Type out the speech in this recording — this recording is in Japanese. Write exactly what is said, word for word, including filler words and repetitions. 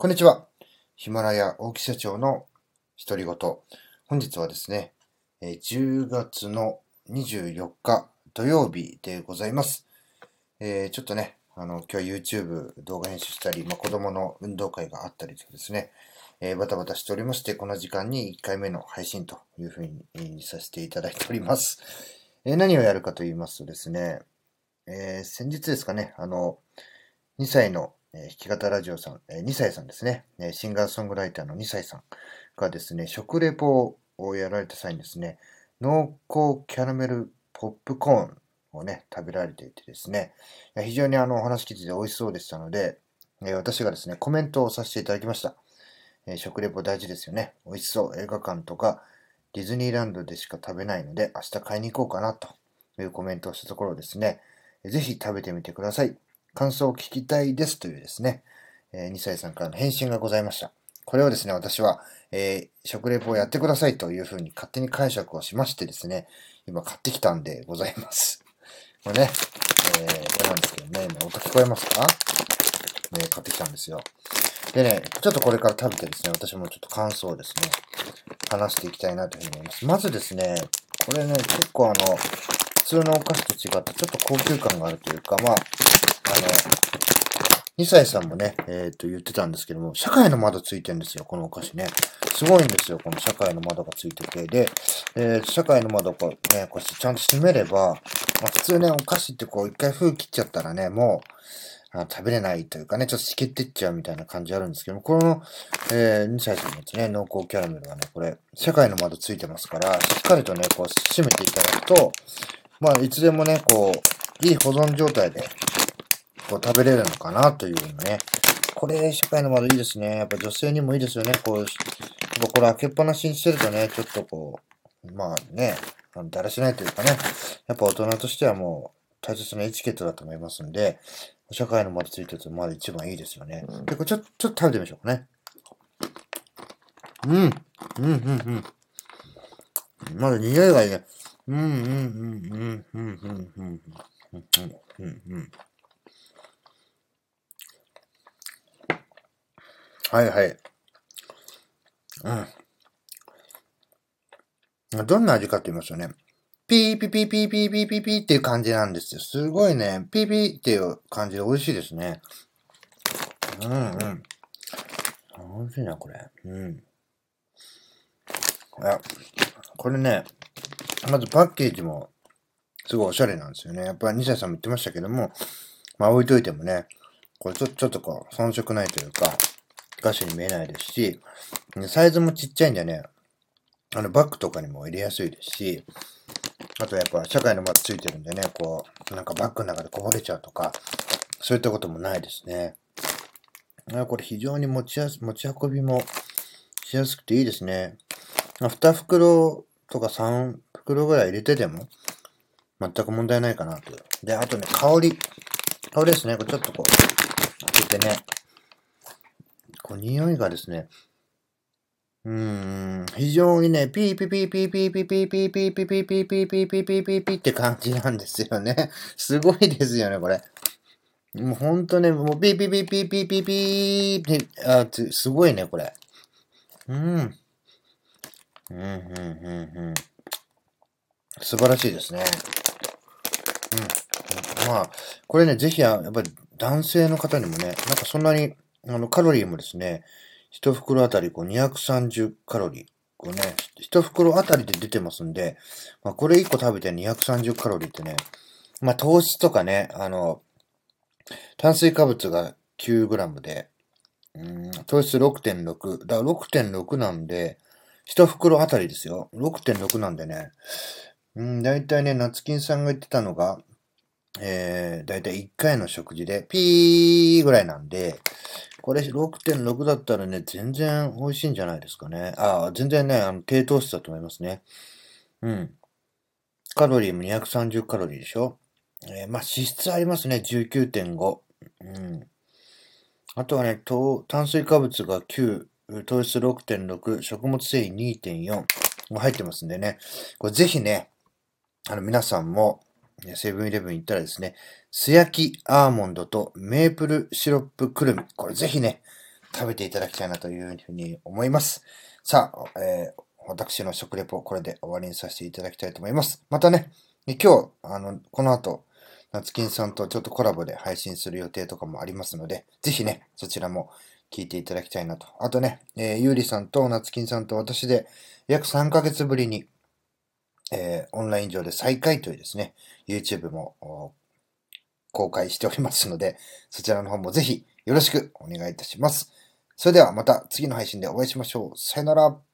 こんにちは。ヒマラヤ大木社長の独り言。本日はですね、じゅうがつのにじゅうよっか土曜日でございます。えー、ちょっとね、あの、今日は YouTube 動画編集したり、まあ、子供の運動会があったりとですね、えー、バタバタしておりまして、この時間にいっかいめの配信というふうにさせていただいております。えー、何をやるかと言いますとですね、えー、先日ですかね、あの、にさいの弾き語ラジオさん、にさいさんですね、シンガーソングライターのにさいさんがですね、食レポをやられた際にですね、濃厚キャラメルポップコーンをね、食べられていてですね、非常にあのお話聞いてて美味しそうでしたので、私がですね、コメントをさせていただきました。食レポ大事ですよね。美味しそう。映画館とかディズニーランドでしか食べないので、明日買いに行こうかなというコメントをしたところですね、ぜひ食べてみてください。感想を聞きたいですというですね、えー、にさいさんからの返信がございました。これをですね、私は、えー、食レポをやってくださいというふうに勝手に解釈をしましてですね、今買ってきたんでございます。これね、えー、これなんですけどね、今音聞こえますか？ね、買ってきたんですよ。でね、ちょっとこれから食べてですね、私もちょっと感想をですね、話していきたいなというふうに思います。まずですね、これね、結構あの、普通のお菓子と違ってちょっと高級感があるというか、まあ、あの、にさいさんもね、えっと言ってたんですけども、社会の窓ついてるんですよ、このお菓子ね。すごいんですよ、この社会の窓がついてて。で、えー、社会の窓をこうね、こうちゃんと閉めれば、まあ、普通ね、お菓子ってこう一回封切っちゃったらね、もう、あ食べれないというかね、ちょっとしけってっちゃうみたいな感じあるんですけども、この、えー、にさいさんのやつね、濃厚キャラメルはね、これ、社会の窓ついてますから、しっかりとね、こう閉めていただくと、まあ、いつでもね、こう、いい保存状態で、こう食べれるのかなというね。これ、社会の窓いいですね。やっぱ女性にもいいですよね。こう、やっぱこれ開けっぱなしにしてるとね、ちょっとこう、まあね、だらしないというかね、やっぱ大人としてはもう大切なエチケットだと思いますんで、社会の窓ついてるとまだ一番いいですよね。で、これちょ、ちょっと食べてみましょうかね。うん。うん、うん、うん。まだ匂いがいいね。うん、うん、うん、うん、うん、うん、うん、うん、うん、うん、うん。はいはい。うん。どんな味かって言いますとね、ピーピピピピピピピっていう感じなんですよ。すごいね、ピピっていう感じで美味しいですね。うんうん。美味しいな、これ。うん。いや、これね、まずパッケージもすごいおしゃれなんですよね。やっぱり西田さんも言ってましたけども、まあ置いといてもね、これちょちょっとこう、遜色ないというか、菓子に見えないですし、サイズもちっちゃいんでね、あのバッグとかにも入れやすいですし、あとやっぱ社会の窓ついてるんでね、こう、なんかバッグの中でこぼれちゃうとか、そういったこともないですね。これ非常に持ちやす、持ち運びもしやすくていいですね。に袋とかさん袋ぐらい入れてても全く問題ないかなと。で、あとね、香り。香りですね。これちょっとこう、開けてね。こう、匂いがですね、うーん、非常にね、ピーピーピーピーピーピーピーピーピーピーピーピーピーピーピーピーピーピーって感じなんですよね。すごいですよね、これ。もうほんとね、もうピーピーピーピーピーピーピーって、あ、すごいね、これ。うん。うん、うん、うん、うん。素晴らしいですね。うん。まあ、これね、ぜひ、やっぱり男性の方にもね、なんかそんなに、あの、カロリーもですね、一袋あたりこうにひゃくさんじゅうカロリー。こうね、一袋あたりで出てますんで、まあ、これ一個食べてにひゃくさんじゅうカロリーってね、まあ、糖質とかね、あの、炭水化物が きゅうグラム で、うん、糖質 ろくてんろく。だから ろくてんろく なんで、一袋あたりですよ。ろくてんろく なんでね、うん、だいたいね、夏金さんが言ってたのが、えー、だいたいいっかいの食事で、ピーぐらいなんで、これ ろくてんろく だったらね、全然美味しいんじゃないですかね。ああ、全然ね、あの、低糖質だと思いますね。うん。カロリーもにひゃくさんじゅうカロリーでしょ。えー、まあ、脂質ありますね、じゅうきゅうてんご。うん。あとはね、糖炭水化物がきゅう、糖質 ろくてんろく、食物繊維 にてんよん も入ってますんでね。これぜひね、あの皆さんも、セブンイレブン行ったらですね、素焼きアーモンドとメープルシロップくるみ。これぜひね、 食べていただきたいなというふうに思います。さあ、えー、私の食レポこれで終わりにさせていただきたいと思います。またね、今日、あの、この後、夏金さんとちょっとコラボで配信する予定とかもありますので、ぜひね、そちらも聞いていただきたいなと。あとね、えー、ゆうりさんと夏金さんと私で約さんかげつぶりに、えー、オンライン上で再開というですね、YouTube も公開しておりますので、そちらの方もぜひよろしくお願いいたします。それではまた次の配信でお会いしましょう。さよなら。